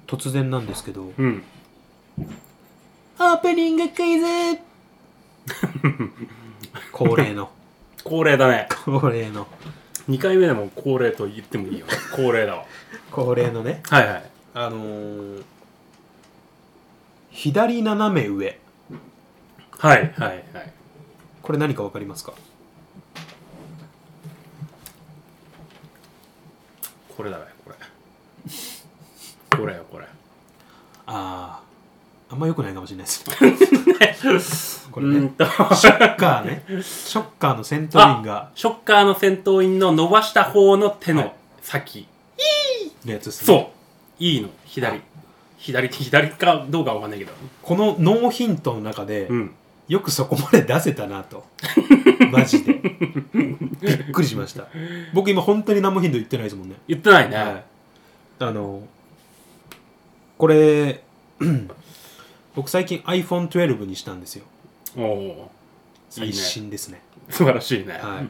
突然なんですけど、 うん。 オープニングクイズ恒例の恒例だね。 恒例の 2回目でも恒例と言ってもいいよ。恒例だわ。 恒例のね、 はいはい。 左斜め上、 はいはいはい。 これ何か分かりますか？ これだね、これ。これよ、これ。 あんま良くないかもしれないですこれね、ショッカーね、ショッカーの戦闘員がショッカーの戦闘員の伸ばした方の手の先、 のやつですね。 そういいの左かどうかわかんないけど、 このノーヒントの中で、 うん、 よくそこまで出せたなとマジでびっくりしました。僕今本当に何もヒント言ってないですもんね。 言ってないね、 はい、これ僕最近 iPhone12 にしたんですよ。 おお、 最新ですね。 素晴らしいね、 はい、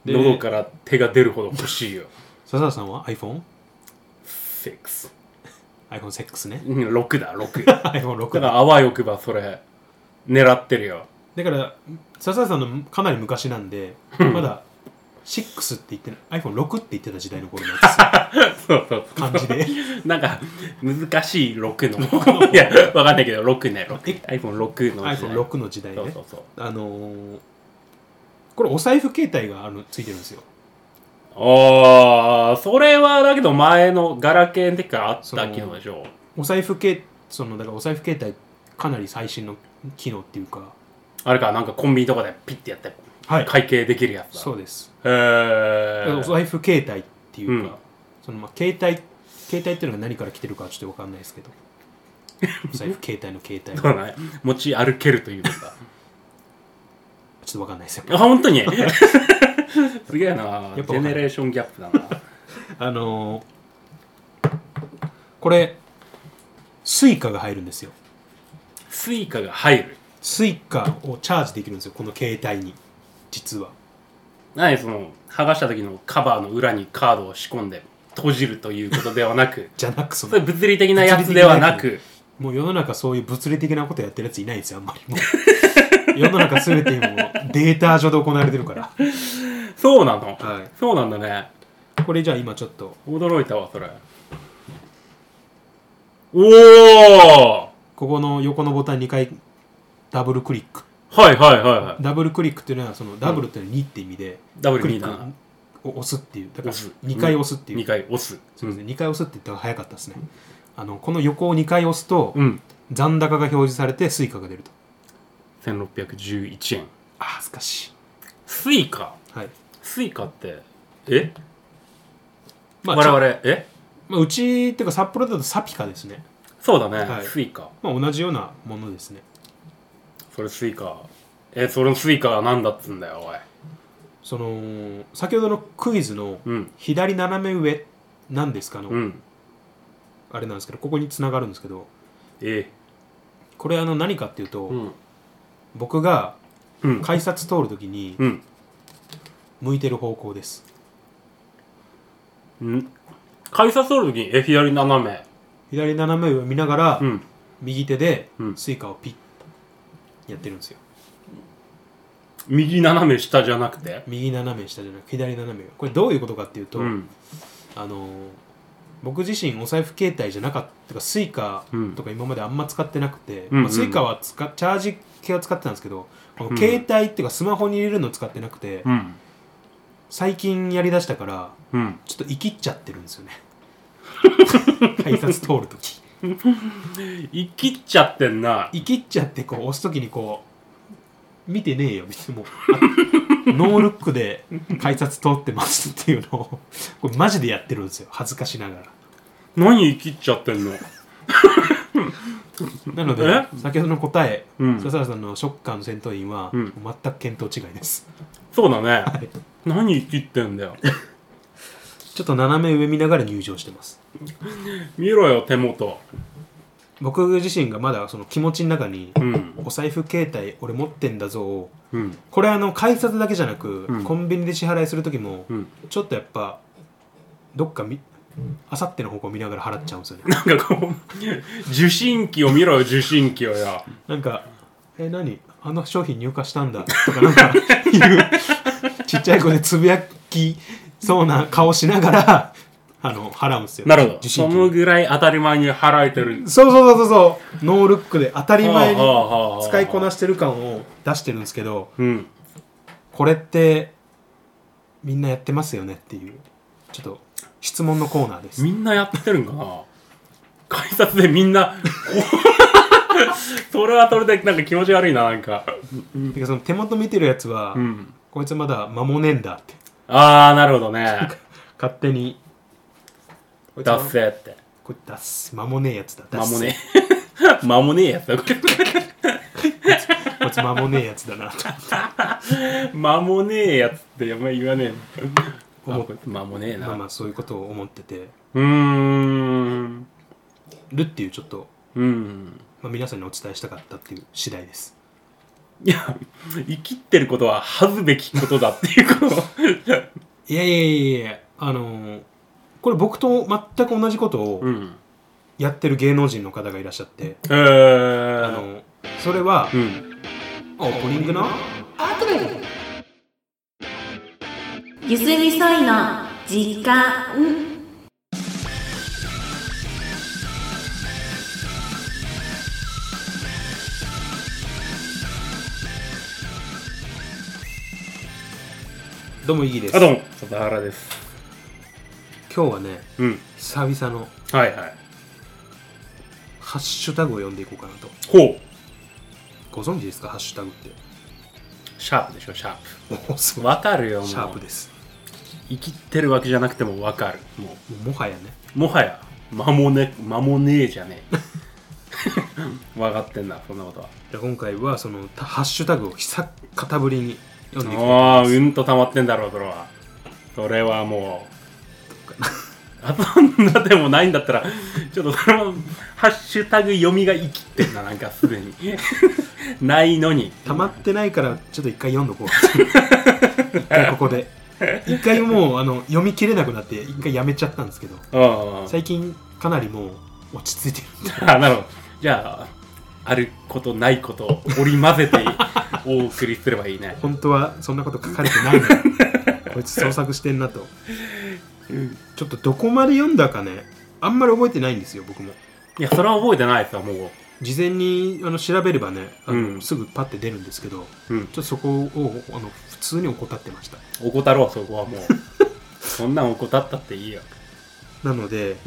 喉から手が出るほど欲しいよ。 笹田さんは iPhone？ 6 iPhone6 ね。 6だ6 iPhone6 だからあわよくばそれ狙ってるよ。 だから笹田さんのかなり昔なんでまだ6って言ってない iPhone6 って言ってた時代の頃のやつそう感じでなんか難しい6のいやわかんないけど6ね、iPhone6 の時代、 iPhone6 の時代ね。 そうこれお財布携帯がついてるんですよ。 ああ、それはだけど前のガラケーの時からあった機能でしょ。 お財布だからお財布携帯かなり最新の機能っていうか、 あれか、なんかコンビニとかでピッてやって、 はい、 会計できるやつだ。 そうです。 お財布携帯っていうか、携帯っていうのが何から来てるかはちょっと分かんないですけどお財布携帯の携帯そうだね、持ち歩けるというかちょっと分かんないですよ。 あ、本当にすげえな、ジェネレーションギャップだな。 これスイカが入るんですよ。 スイカが入る。 スイカをチャージできるんですよ、この携帯に。実は何、その剥がした時のカバーの裏にカードを仕込んで閉じるということではなくじゃなく、 それ物理的なやつではなく、 もう世の中そういう物理的なことやってるやついないんですよ、あんまり。もう世の中全てもうデータ上で行われてるから。 そうなの、 はい、 そうなんだね。 これじゃあ今ちょっと驚いたわそれ。おお、 ここの横のボタン2回ダブルクリック。 はいはいはいはい。 ダブルクリックっていうのは、そのダブルっていうのは2って意味で、 ダブルクリッ 2だなクを押すっていう、だから2回押すっていう、 2回押す、 そうですね、2回押すって言ったら早かったですね。この横を2回押すと、 うん、 残高が表示されてスイカが出ると。 1611円。 あ、恥ずかしい。 スイカ、 はい、 スイカってまあ、 我々 まあ、うちっていうか札幌だとサピカですね。 そうだね、 はい、 スイカ、 まあ、同じようなものですね。 それスイカ、そのスイカは何だっつんだよおい。 その先ほどのクイズの左斜め上なんですかの、 うん、 あれなんですけど、ここに繋がるんですけど、これ何かっていうと、 うん、 僕がうん、 改札通るときにうん、 向いてる方向です。 うん、改札通るときに左斜め、 左斜め上を見ながら、 うん、 右手でうんスイカをピッやってるんですよ。 右斜め下じゃなくて、 右斜め下じゃなく左斜め上。これどういうことかっていうと、 うん、 僕自身お財布携帯じゃなかったか、スイカとか今まであんま使ってなくて、 うん、 まあ、スイカはチャージ系は使ってたんですけど、この携帯っていうかスマホに入れるのを使ってなくて、 うん、 最近やりだしたから、 うん、 ちょっと生きっちゃってるんですよね改札通るとき生きっちゃってんな。 生きっちゃって、こう押すときにこう見てねえよ別に、もうノールックで改札通ってますっていうのをこれマジでやってるんですよ、恥ずかしながら。 何生きっちゃってんのなので先ほどの答え、笹原さんのショッカーの戦闘員は、全く見当違いです。 そうだね、 はい、 何生きってんだよちょっと斜め上見ながら入場してます。 見ろよ手元。 僕自身がまだその気持ちの中に、お財布携帯俺持ってんだぞを、これ改札だけじゃなく、コンビニで支払いする時も、ちょっとやっぱどっかあさっての方向見ながら払っちゃうんですよね。 なんかこう受信機を見ろよ、受信機をよ。 なんか何あの商品入荷したんだとかなんかいうちっちゃい子でつぶやきそうな顔しながら払うんですよ。 なるほど。 受信機そのぐらい当たり前に払えてる。 そうノールックで当たり前に使いこなしてる感を出してるんですけど、 うん、 これってみんなやってますよねっていうちょっと質問のコーナーです。 みんなやってるんかな。改札でみんなそれはそれでなんか気持ち悪いな、なんか。 てかその手元見てるやつは、こいつまだ間もねえんだって。 ああ、なるほどね。 勝手にダッセーって。 これ出す間もねえやつだ。 間もねえ間もねえやつだ。 こいつ間もねえやつだなと間もねえやつってあんまり言わねえの。間もねえな。 まあそういうことを思っててるっていうちょっと、皆さんにお伝えしたかったっていう次第です。 いや、生きってることは恥ずべきことだっていうこといやこれ僕と全く同じことをやってる芸能人の方がいらっしゃって、それは、オープニングのゆすみそいの時間。 どうもイギです。 どうも笹原です。 今日はね、久々のハッシュタグを読んでいこうかなと。 ほう。 ご存知ですか、ハッシュタグって。 シャープでしょ、シャープ。わかるよ、もう。 シャープです。 生きってるわけじゃなくてもわかる。 もはやね。 もはや間もねえじゃねえ。分かってんだ、そんなことは。 じゃあ今回はそのハッシュタグを久方ぶりに読んでいきたいと思いああ、 ます。 うんと溜まってんだろう、それは。それはもう。あとんなでもないんだったら、ちょっとそのハッシュタグ読みが生きってんな、なんかすでに。ないのに。 溜まってないからちょっと一回読んどこう。一回ここで。一回もう読み切れなくなって一回やめちゃったんですけど、最近かなりもう落ち着いてるんで。 あ、なるほど。じゃあ、あることないことを織り交ぜてお送りすればいいね。 本当はそんなこと書かれてないのにこいつ創作してんなと。ちょっとどこまで読んだかね、あんまり覚えてないんですよ、僕も。 いや、それは覚えてないですよ、もう。 事前に調べればね、すぐパッて出るんですけど、ちょっとそこを普通に怠ってました。 怠ろう、そこはもう。そんなん怠ったっていいよ。 なので、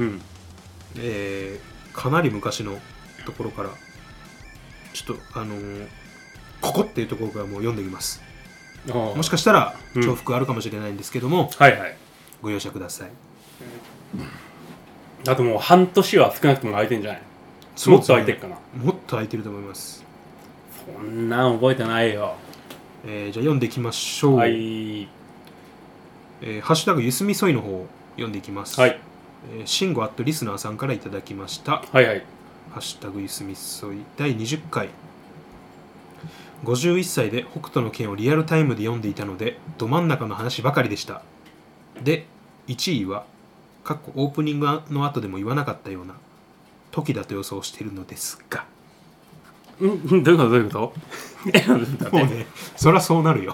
かなり昔のところからちょっとここっていうところからもう読んできます。もしかしたら重複あるかもしれないんですけども、ご容赦ください。 あともう半年は少なくとも空いてんじゃない？もっと空いてるかな。 もっと空いてると思います。 そんなん覚えてないよ。 じゃあ読んでいきましょう。ハッシュタグゆすみそいの方を読んでいきます。シンゴアットリスナーさんからいただきました。ハッシュタグゆすみそい第20回。51歳で北斗の拳をリアルタイムで読んでいたのでど真ん中の話ばかりでした。で1位はオープニングの後でも言わなかったような時だと予想しているのですが、 どういうこともうね、そりゃそうなるよ。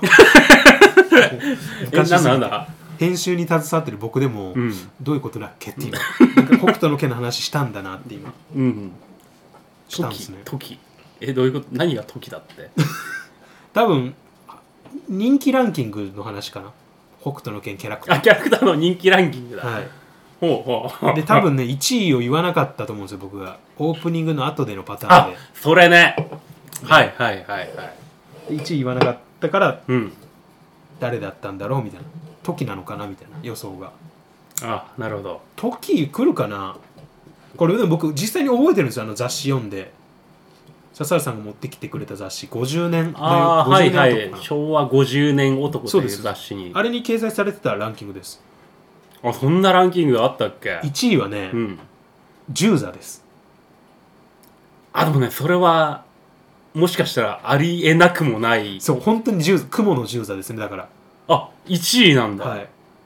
なんだ編集に携わってる僕でも、どういうことだっけっていうなんか北斗の拳の話したんだなって今、したんですね。 時どういうこと？何が時だって多分人気ランキングの話かな。北斗の拳キャラクター、 キャラクターの人気ランキングだ。 で多分ね1位を言わなかったと思うんですよ、僕が。オープニングの後でのパターンで。 それね。1 位言わなかったから、誰だったんだろうみたいな、時なのかなみたいな予想が。 なるほど。 時来るかな。これでも僕実際に覚えてるんですよ、雑誌読んで。笹原さんが持ってきてくれた雑誌50年昭和50年男という雑誌に。 あれに掲載されてたランキングです。 そんなランキングがあったっけ。 1位はね、十座です。 でもね、それはもしかしたらありえなくもない。 そう、本当に雲の十座ですね。だから 1位なんだ。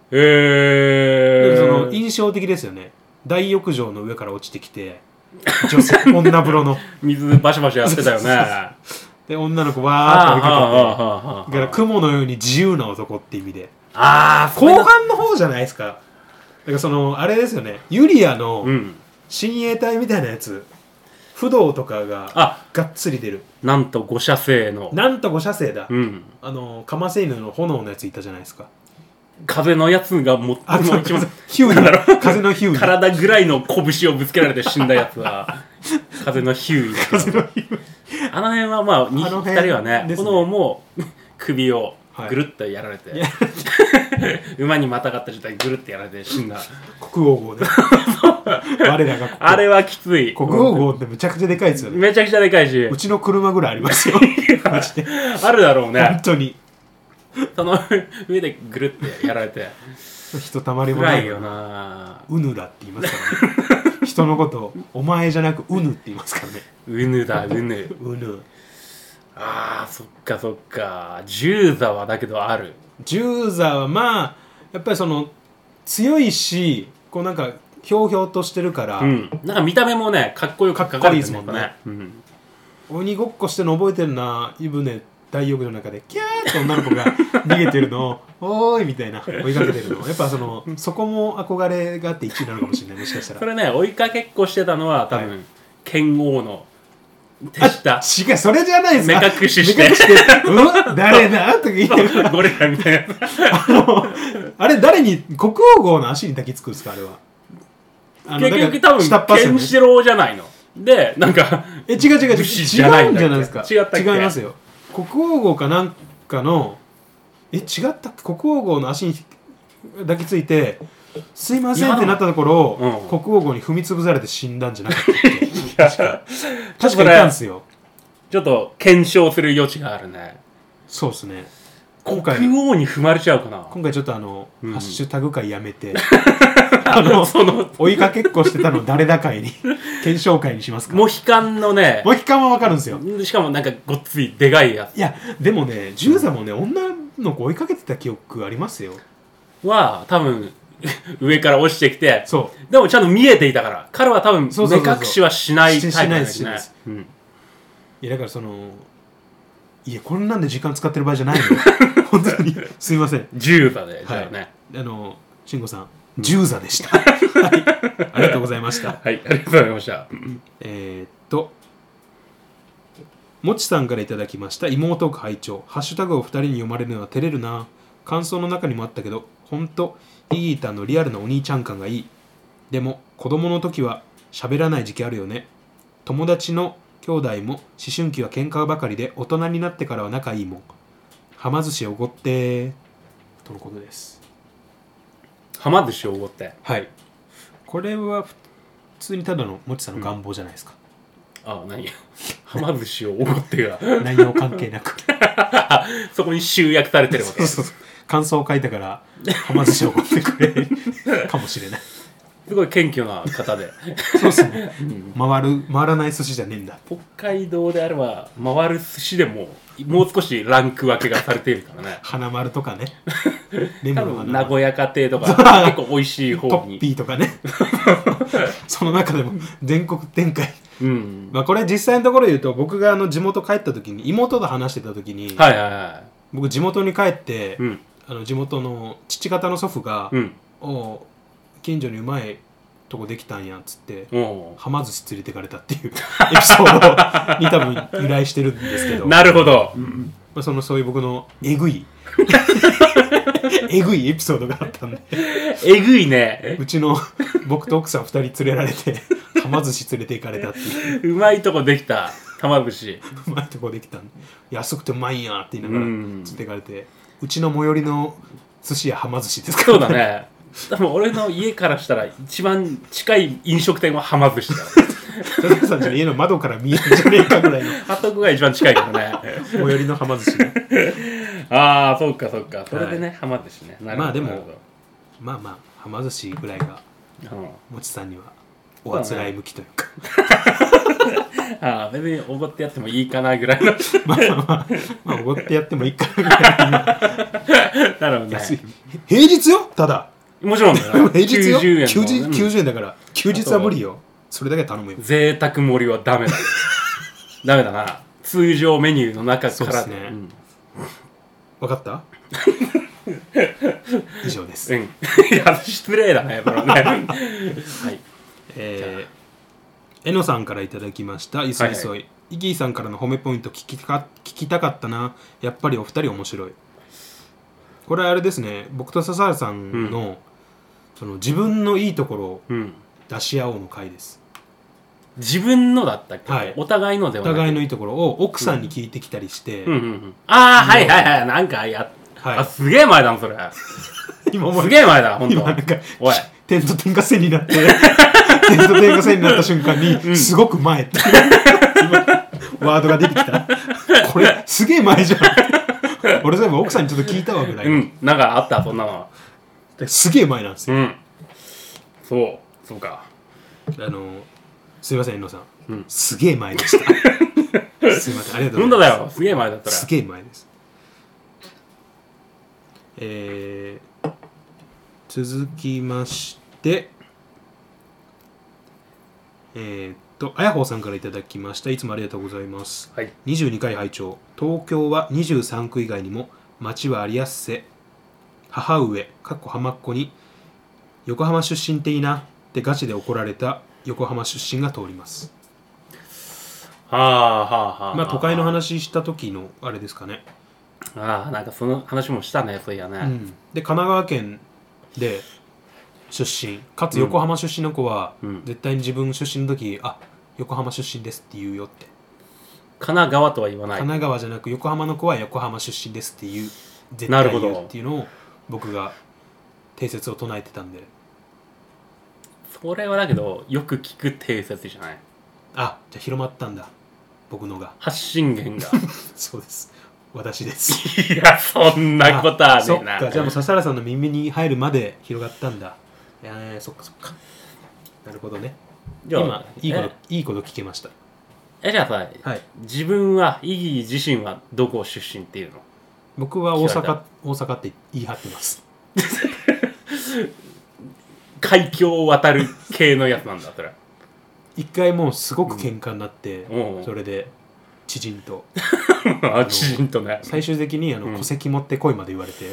でその印象的ですよね。大浴場の上から落ちてきて女性女風呂の水バシバシやってたよねで女の子わーっと追いかけて、だから雲のように自由な男って意味で、後半の方じゃないですか。だからそのあれですよね、ユリアの親衛隊みたいなやつ、不動とかががっつり出る。 なんと5車製の、 なんと5車製だ、カマセイヌの炎のやついたじゃないですか。 風のやつがもう一番ヒューイだろ風のヒューイ、 体ぐらいの拳をぶつけられて死んだやつは風のヒューイだけどあの辺はまあ2人はね、炎も首をぐるっとやられて、馬にまたがった状態ぐるっとやられて死んだ国王号で我らがあれはきつい。 国王号ってめちゃくちゃでかいですよね。 めちゃくちゃでかいし、 うちの車ぐらいありますよマジであるだろうね本当に。 その上でぐるってやられてひとたまりもないよな。 うぬらって言いますからね人のことをお前じゃなくうぬって言いますからね。 うぬだうぬうぬ。 あーそっかそっか。十座はだけどある。 十座はまあやっぱりその強いし、こうなんかひょうひょうとしてるから、 なんか見た目もねかっこよく描かれてるもんね。 鬼ごっこしてるの覚えてるな。湯船大浴の中でキャーって女の子が逃げてるのをおーいみたいな追いかけてるの、やっぱそこも憧れがあって1位なのかもしれない。もしかしたらそれね追いかけっこしてたのは多分、剣王の手下。 違う、それじゃないですか。 目隠しして誰だとか言ってるゴリラみたいなあれ誰に国王号の足に抱きつくんですか。あれは結局多分ケンシロウじゃないので、なんか違う違うんじゃないですか。 違ったっけ。 違いますよ。国王号かなんかの違ったっけ。国王号の足に抱きついてすいませんってなったところ、国王号に踏み潰されて死んだんじゃなかったっけ確かいたんですよ。 ちょっと検証する余地があるね。 そうですね。 国王に踏まれちゃうかな。 今回ちょっとハッシュタグ会やめて追いかけっこしてたの誰だ会に検証会にしますか。 モヒカンのね、 モヒカンはわかるんですよ。 しかもなんかごっついでかいやつ。 いやでもね、十座もね、女の子追いかけてた記憶ありますよ。 は多分上から落ちてきて、 そうでもちゃんと見えていたから、彼は多分目隠しはしないタイプですね。いやだからいやこんなんで時間使ってる場合じゃないの本当にすいません。 十座でじゃあね、 慎吾さん十座でしたはい、ありがとうございました。 はい、ありがとうございました。 もちさんからいただきました。妹が拝聴。ハッシュタグを2人に読まれるのは照れるな。感想の中にもあったけど、ほんとイータのリアルなお兄ちゃん感がいい。でも子供の時は喋らない時期あるよね。友達の兄弟も思春期は喧嘩ばかりで、大人になってからは仲いいもん。はま寿司おごってとのことです。 はま寿司おごって、 はい、これは普通にただのもちさんの願望じゃないですか。 何はま寿司をおごってが内容関係なくそこに集約されてるわけ。 そう感想を書いたからはま寿司をおごってくれるかもしれない。 すごい謙虚な方でそうですね、回らない寿司じゃねえんだ。 北海道であれば回る寿司でももう少しランク分けがされているからね花丸とかね多分名古屋家庭とか結構美味しい方にトッピーとかねその中でも全国展開、これ実際のところ言うと、僕が地元帰った時に妹と話してた時に、僕地元に帰って、地元の父方の祖父が、近所にうまいとこできたんやっつってはま寿司連れてかれたっていうエピソードに多分由来してるんですけどなるほど、 そういう僕のえぐいえぐいエピソードがあったんでえぐいね。 うちの僕と奥さん2人連れられてはま寿司連れて行かれたっていううまいとこできたはま寿司うまいとこできたんで、安くてうまいんやって言いながら連れて行かれて、うちの最寄りの寿司屋はま寿司ですからね。 そうだね。多分俺の家からしたら一番近い飲食店ははま寿司だ。 佐々木さんじゃ家の窓から見えるんじゃねえかぐらいのハトクが一番近いからね最寄りのはま寿司ねああ、そうかそうか。それでね、はま寿司ね。 まあでもまあはま寿司ぐらいがもちさんにはおあつらい向きというかあ別におごってやってもいいかなぐらいのまあおごってやってもいいかなぐらいのなるほどね。 平日よただもちろんだよ平日よ 90円 90円だから休日は無理よ。それだけ頼むよ。 贅沢盛りはダメだダメだな。通常メニューの中からね、分かった以上です。 いや失礼だねこれねはいえのさんからいただきました。いすみそい、イギーさんからの褒めポイント聞きたかったな。やっぱりお二人面白い。これはあれですね、僕と笹原さんの、その自分のいいところを出し合おうの回です。 自分のだったっけ、はい、お互いのではなく、お互いのいいところを奥さんに聞いてきたりして、 ああはいはいはい、なんかあすげえ前だなそれ今すげえ前だ本当。今なんかおい点と点が線になって点と点が線になった瞬間に、すごく前ってワードが出てきた。これすげえ前じゃん俺全部奥さんにちょっと聞いたわぐらい、 なんかあったそんなのすげえ前なんですよ、 そうか。 すいません遠野さん、すげえ前でしたすいませんありがとうございます。 本当だよすげえ前だったらすげえ前です。続きましてあやほうさんからいただきました。いつもありがとうございます、はい、22回拝聴。東京は23区以外にも町はありやっせ。母上浜っ子に横浜出身っていいなってガチで怒られた横浜出身が通ります。まあ都会の話した時のあれですかね。 なんかその話もしたねそういやね、 で神奈川県で出身かつ横浜出身の子は、絶対に自分出身の時横浜出身ですって言うよって。 神奈川とは言わない。 神奈川じゃなく横浜の子は横浜出身ですって言う、絶対言うっていうのを僕が定説を唱えてたんで。 それはだけどよく聞く定説じゃない。 じゃあ広まったんだ僕のが。 発信源がそうです私です。 いやそんなことはねえな。 そっかじゃあもう笹原さんの耳に入るまで広がったんだ。そっかなるほどね。じゃあ今いいこと聞けました。 じゃあさ、自分はイギー自身はどこ出身っていうの？ 僕は大阪って言い張ってます海峡を渡る系のやつなんだそれ。 一回もうすごく喧嘩になって、それで知人と知人とね最終的に戸籍持ってこいまで言われて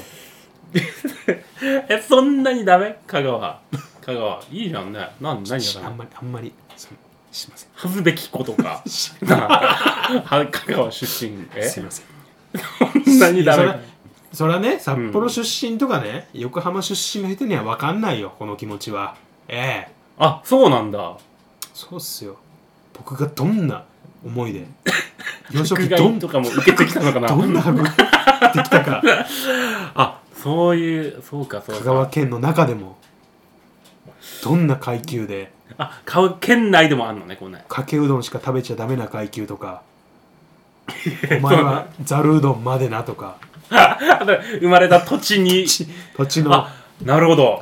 そんなにダメ？香川いいじゃんね。何があんまりしません。 恥ずべきことか香川出身すいませんそんなにダメ？ それはね札幌出身とかね、横浜出身の人には分かんないよこの気持ちは。 そうなんだ。 そうっすよ。僕がどんな思いで養殖害とかも受けてきたのかなどんな運できたかそうか香川県の中でもどんな階級で香川県内でもあんのねこれね。 かけうどんしか食べちゃダメな階級とかお前はざるうどんまでなとか生まれた土地のなるほど。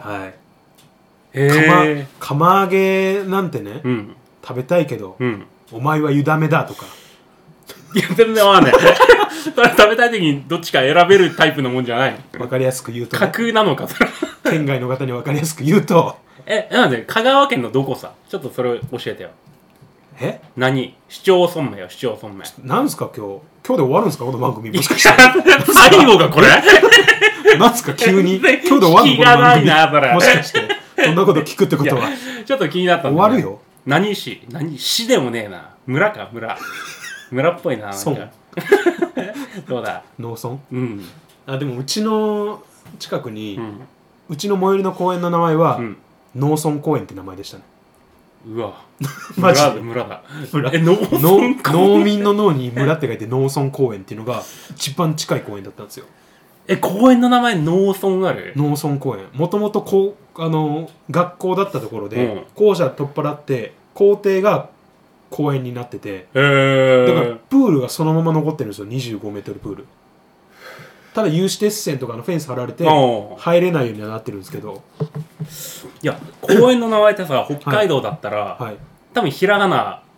釜揚げなんてね、食べたいけど、お前は湯だめだとか。 いや全然わかんない食べたい時にどっちか選べるタイプのもんじゃない。 分かりやすく言うと、 架空なのかそれ県外の方に分かりやすく言うとなんで香川県のどこさ、ちょっとそれ教えてよ。市町村名よ。市町村名なんすか今日で終わるんですかこの番組。もしかして最後がこれなんすか急に今日で終わるのこの番組。もしかしてそんなこと聞くってことはちょっと気になったんだ、終わるよ。 何市でもねえな。村っぽいな。なんかどうだ農村。でもうちの近くに、うちの最寄りの公園の名前は、農村公園って名前でしたね。 うわマジで村だ。 農民の農に村って書いて農村公園っていうのが一番近い公園だったんですよ。 公園の名前農村ある？ 農村公園。もともと学校だったところで、校舎取っ払って校庭が公園になってて、だからプールがそのまま残ってるんですよ。25メートルプール。ただ有刺鉄線とかのフェンス張られて入れないようにはなってるんですけど、 いや公園の名前ってさ北海道だったら、多分ひらがな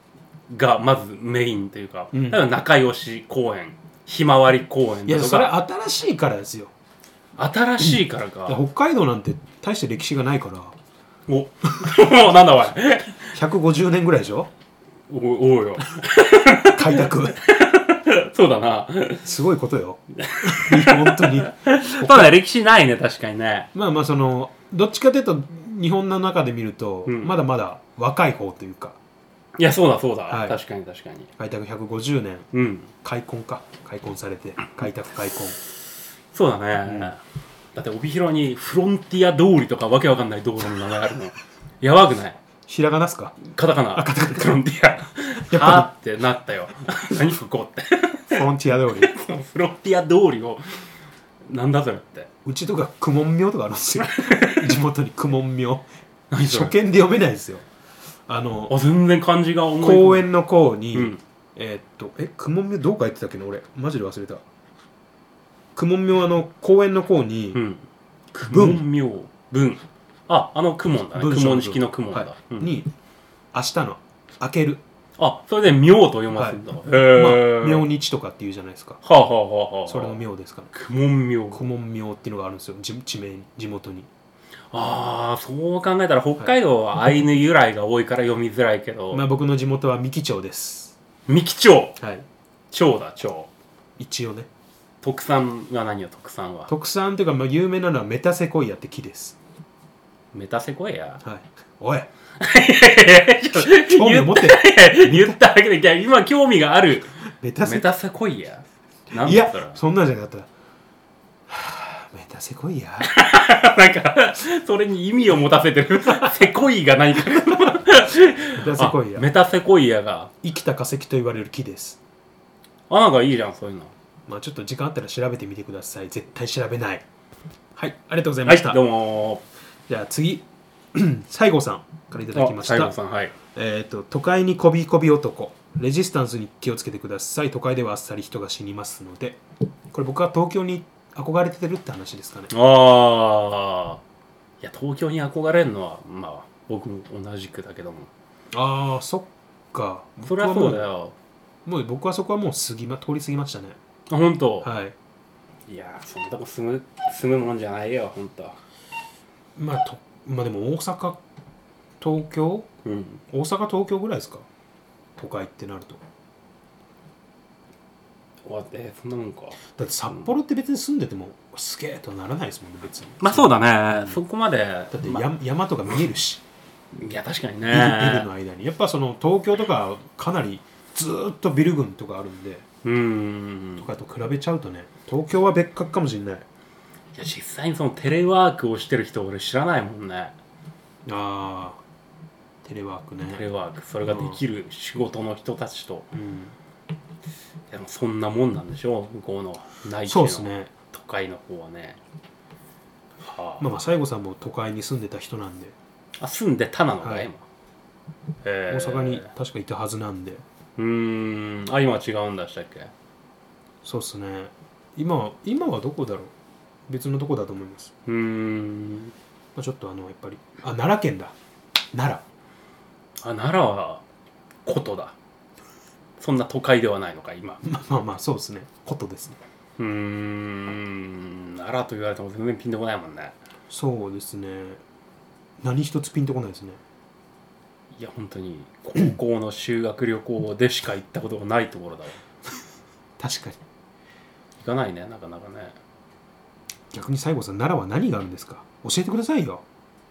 がまずメインというか、だから仲良し公園、ひまわり公園いやそれ新しいからですよ。 新しいからか、 北海道なんて大して歴史がないから。 おなんだおい 150年ぐらいでしょ。 おうよ開拓そうだな、 すごいことよ本当にそうだね、歴史ないね、確かにね。 まあそのどっちかというと日本の中で見ると、まだまだ若い方というか。 いやそうだ、 はい、 確かに開拓150年、開墾されて開拓開墾そうだね、だって帯広にフロンティア通りとかわけわかんない道路の名前あるのやばくない？ ひらがなっすか？ カタカナ。フロンティアはーってなったよ何ここってフロンティア通りフロンティア通りをなんだそれって。 うちとか公文廟とかあるんですよ地元に公文廟初見で読めないですよ。 全然漢字が重い。 公園の公に、公文廟どう書いてたっけな、俺マジで忘れた。公文廟公園の公に、 公文廟文、公文だね、公文式の公文だ、 に明日の明ける、 それで廟と読ませるんだ。 明日とかっていうじゃないですか。それの廟ですから。 公文廟っていうのがあるんですよ、地元に。 そう考えたら北海道はアイヌ由来が多いから読みづらいけど、 僕の地元は三木町です。 三木町、 はい、 町だ町。一応ね。 特産は何よ？特産っていうか、有名なのはメタセコイアって木です。 メタセコイア？ はい。おい興味を持って言っただけで、いや今興味がある。メタセコイア？ いやそんなんじゃなかったらメタセコイアなんかそれに意味を持たせてるセコイが何かメタセコイアが生きた化石と言われる木です。 なんかいいじゃんそういうの。 ちょっと時間あったら調べてみてください。絶対調べない。はい、ありがとうございました。 どうも。 じゃあ次西郷さんからいただきました。 西郷さん、はい。 都会にこびこび男、レジスタンスに気をつけてください。都会ではあっさり人が死にますので。これ僕は東京に憧れてるって話ですかね。 いや東京に憧れるのは僕も同じくだけども。 そっか。 それはそうだよ。 もう僕はそこはもう通り過ぎましたね。 本当。 はい。 いやそんなとこ住むもんじゃないよ本当。 でも大阪東京、大阪東京ぐらいですか、都会ってなると。 そんなもんか。 だって札幌って別に住んでてもすげえとはならないですもんね別に。 そうだね、そこまで。だって山とか見えるし。 いや確かにね。 ビルの間にやっぱその東京とかかなりずっとビル群とかあるんで、とかと比べちゃうとね、東京は別格かもしれない。いや実際にそのテレワークをしてる人俺知らないもんね。 テレワークね。 テレワーク、それができる仕事の人たちと、でもそんなもんなんでしょう、向こうの内地の都会の方はね。 西郷さんも都会に住んでた人なんで。 住んでたなのか、今。 大阪に確かいたはずなんで。 今は違うんだしたっけ。 そうっすね。今はどこだろう。別のとこだと思います。ちょっとやっぱり奈良県だ。奈良は古都だ。そんな都会ではないのか今。 そうですね、古都ですね。 奈良と言われても全然ピンとこないもんね。 そうですね、何一つピンとこないですね。 いや本当に高校の修学旅行でしか行ったことがないところだわ確かに行かないね、なかなかね。 逆に西郷さん、奈良は何があるんですか、教えてくださいよ。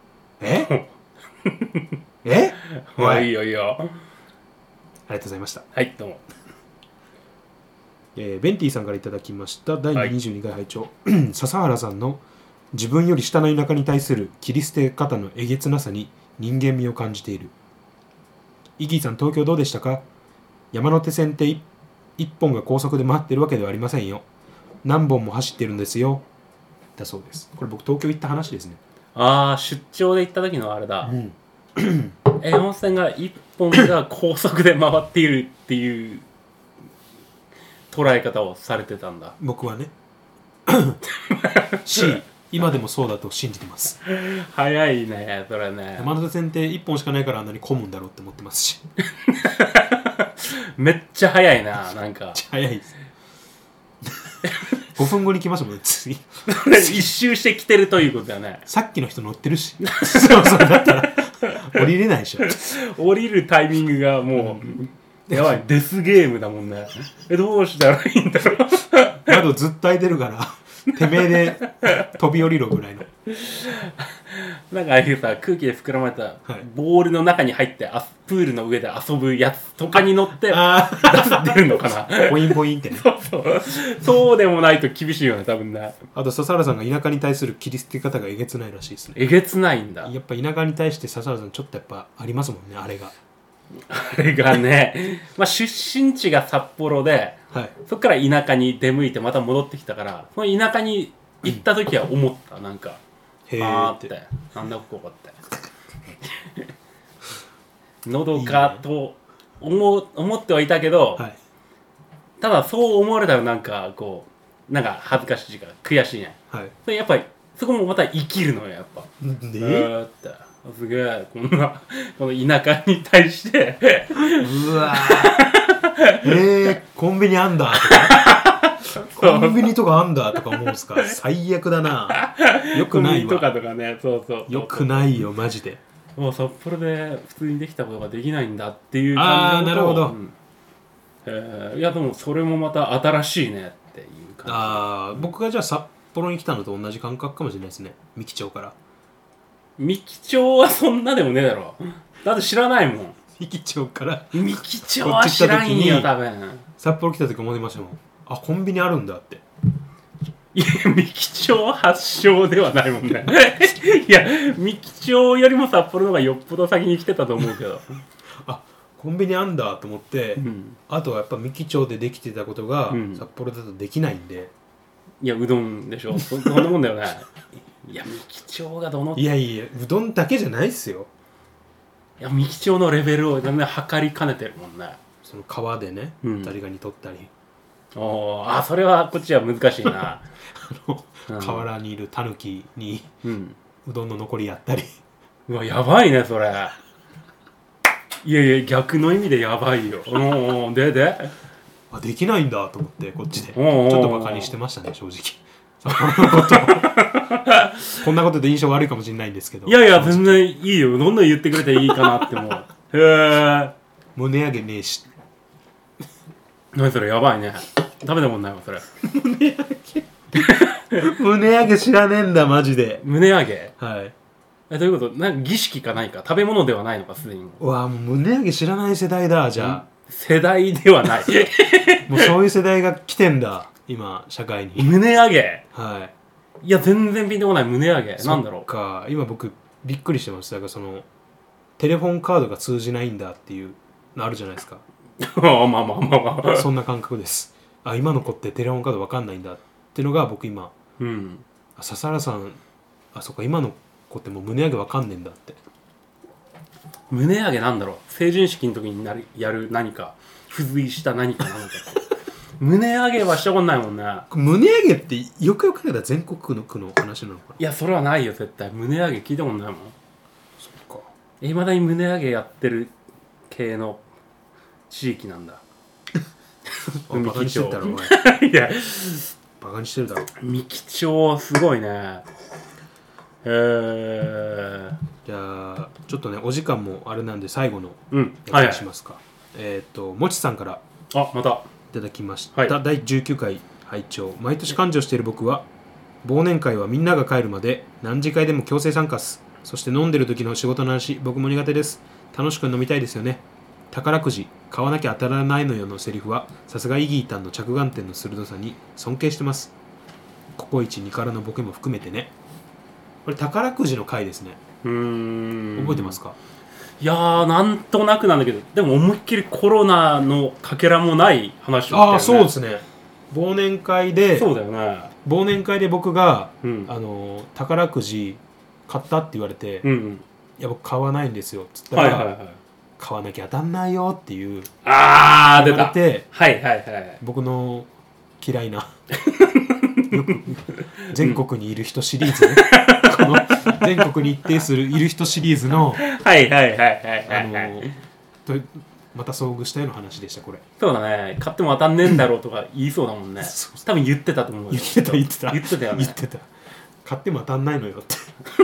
いいよいいよ。 ありがとうございました。 はい、どうも。 ベンティさんからいただきました第22回拝聴、笹原さんの自分より下の田舎に対する切り捨て方のえげつなさに人間味を感じている。イギーさん、東京どうでしたか。山手線って一本が高速で回ってるわけではありませんよ。何本も走ってるんですよ。だそうです。これ僕東京行った話ですね。 出張で行った時のあれだ。山手線が一本が高速で回っているっていう捉え方をされてたんだ。 僕はね今でもそうだと信じてます。 早いねそれね。 山手線って一本しかないからあんなに混むんだろうって思ってますしめっちゃ早いな、なんか。 めっちゃ早いです5分後に来ましたもんね、次一周してきてるということだよね。 さっきの人乗ってるしそうだったら降りれないでしょ降りるタイミングがもう、やばい、デスゲームだもんね。どうしたらいいんだろう窓ずっと開いてるからてめえで飛び降りろぐらいのなんかああいうさ、空気で膨らまれたボールの中に入ってプールの上で遊ぶやつとかに乗って出るのかなボインボインってねそうでもないと厳しいよね、多分ね。 あと笹原さんが田舎に対する切り捨て方がえげつないらしいですね。 えげつないんだ。 やっぱ田舎に対して笹原さんちょっとやっぱありますもんね、あれがね、まあ、出身地が札幌で、はい、そっから田舎に出向いてまた戻ってきたから、その田舎に行った時は思った、なんかへーってなんだここってのどかと思ってはいたけど、はい、ただそう思われたらなんかこうなんか恥ずかしいか悔しいね、はい、でやっぱりそこもまた生きるのよ、やっぱってすげえこの田舎に対してうわコンビニあんだとかコンビニとかあんだとか思うんすか最悪だな。よくないわ。 コンビニとかね、そうよくないよマジで。 もう札幌で普通にできたことができないんだっていう感じの。 なるほど、 いやでもそれもまた新しいねっていう感じ。僕がじゃあ札幌に来たのと同じ感覚かもしれないですね、三木町から。 三木町はそんなでもねえだろ、だって知らないもん。 三木町から三木町は知らんよ多分。 札幌来た時思いましたもん、あコンビニあるんだって。 いや三木町発祥ではないもんねいや三木町よりも札幌の方がよっぽど先に来てたと思うけどあコンビニあんだと思って、あとはやっぱ三木町でできてたことが札幌だとできないんで、 いやうどんでしょそんなもんだよねいや三木町がどのいやうどんだけじゃないっすよ。 いや三木町のレベルを測りかねてるもんね。 その川でね、ザリガニ取ったり。 それはこっちは難しいな河原にいるタヌキに、うどんの残りやったり。 うわやばいねそれ。いや逆の意味でやばいよでできないんだと思ってこっちでちょっとバカにしてましたね正直札幌のことこんなことで印象悪いかもしれないんですけど。 いや全然いいよ、どんどん言ってくれていいかなって思うへえ胸上げねえし。 何それやばいね、食べたもんないわそれ胸上げ胸上げ知らねえんだマジで。 胸上げ、 はい。 どういうこと？なんか儀式かないか、食べ物ではないのかすでに。 うわもう胸上げ知らない世代だ。じゃあ世代ではないもうそういう世代が来てんだ今社会に。 胸上げ、 はい。 いや全然ピンとこない。胸上げなんだろうか。今僕びっくりしてます。だからそのテレフォンカードが通じないんだっていうのあるじゃないですかまあそんな感覚です。今の子ってテレフォンカード分かんないんだっていうのが僕今、笹原さんそっか今の子ってもう胸上げ分かんねえんだって。 胸上げなんだろう、成人式の時にやる何か付随した何かなのか胸上げはしたことないもんね。 胸上げってよくよく考えたら全国区の話なのかな。 いやそれはないよ絶対。胸上げ聞いたことないもん。 そっか。 いまだに胸上げやってる系の地域なんだバカにしてるだろお前いやバカにしてるだろ。 三木町すごいね。じゃあちょっとねお時間もあれなんで最後のやつにしますか。もちさんからまたいただきました、第19回拝聴。毎年感情している僕は忘年会はみんなが帰るまで何次会でも強制参加す。そして飲んでる時の仕事の話僕も苦手です。楽しく飲みたいですよね。宝くじ買わなきゃ当たらないのよのセリフはさすがイギータンの着眼点の鋭さに尊敬してます。ココイチ2からのボケも含めてね。これ宝くじの回ですね。覚えてますか？ いやーなんとなくなんだけど、でも思いっきりコロナのかけらもない話だったよね。 そうですね。忘年会でそうだよね。 忘年会で僕が、宝くじ買ったって言われて、いや僕買わないんですよっつったら、買わなきゃ当たんないよっていう出たて、僕の嫌いなよく全国にいる人シリーズねこの全国に一定するいる人シリーズのまた遭遇したような話でしたこれ。 そうだね、買っても当たんねえんだろうとか言いそうだもんね多分言ってたと思うよ。 言ってた言ってたよね。 言ってた。買っても当たんないのよって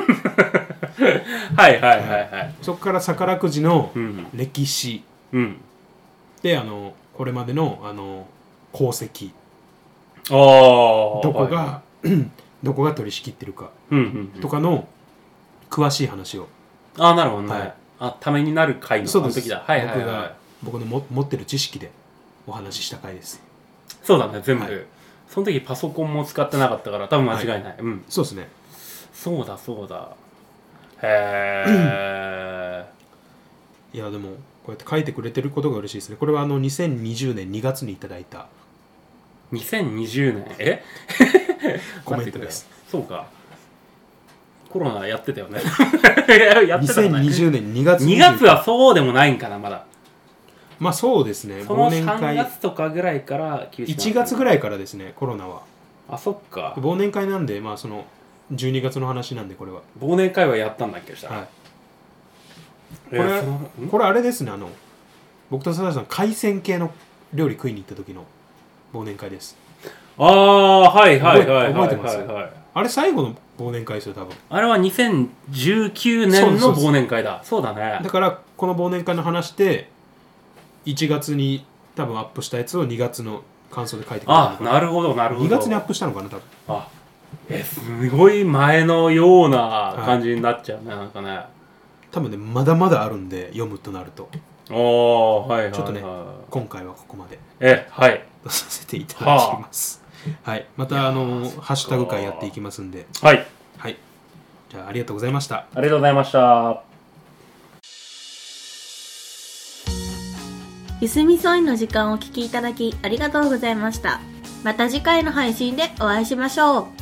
はいはいはいはい。 そこから宝くじの歴史、でこれまでの功績、どこが、どこが取り仕切ってるかとかの詳しい話を。 なるほどね、ためになる回の時だ。 僕の持ってる知識でお話しした回です。 そうだね、全部、その時パソコンも使ってなかったから多分間違いない、 そうですね。 そうだへえいやでもこうやって書いてくれてることが嬉しいですね。これは2020年2月にいただいた 2020年コメントです。 そうか、コロナやってたよねやってたね。 2020年2月 2月はそうでもないんかな、まだ。 まあそうですね。 その3月とかぐらいから 1月ぐらいからですね、コロナは。 そっか。 忘年会なんで、まあその12月の話なんで、これは忘年会はやったんだっけ。したらこれあれですね、僕と佐々木さん海鮮系の料理食いに行った時の忘年会です。 はいはいはい覚えてます。あれ最後の忘年会ですよ多分。 あれは2019年の忘年会だ。そうだね。 だからこの忘年会の話で1月に多分アップしたやつを2月の感想で書いてくれた。 なるほどなるほど。 2月にアップしたのかな多分。 すごい前のような感じになっちゃうね、なんかね。 多分ね、まだまだあるんで読むとなると。 はい。 ちょっとね、今回はここまではい出させていただきます。はい、またハッシュタグ会やっていきますんで。はい。じゃあありがとうございました。 ありがとうございました。 ゆすみそいの時間をお聞きいただきありがとうございました。また次回の配信でお会いしましょう。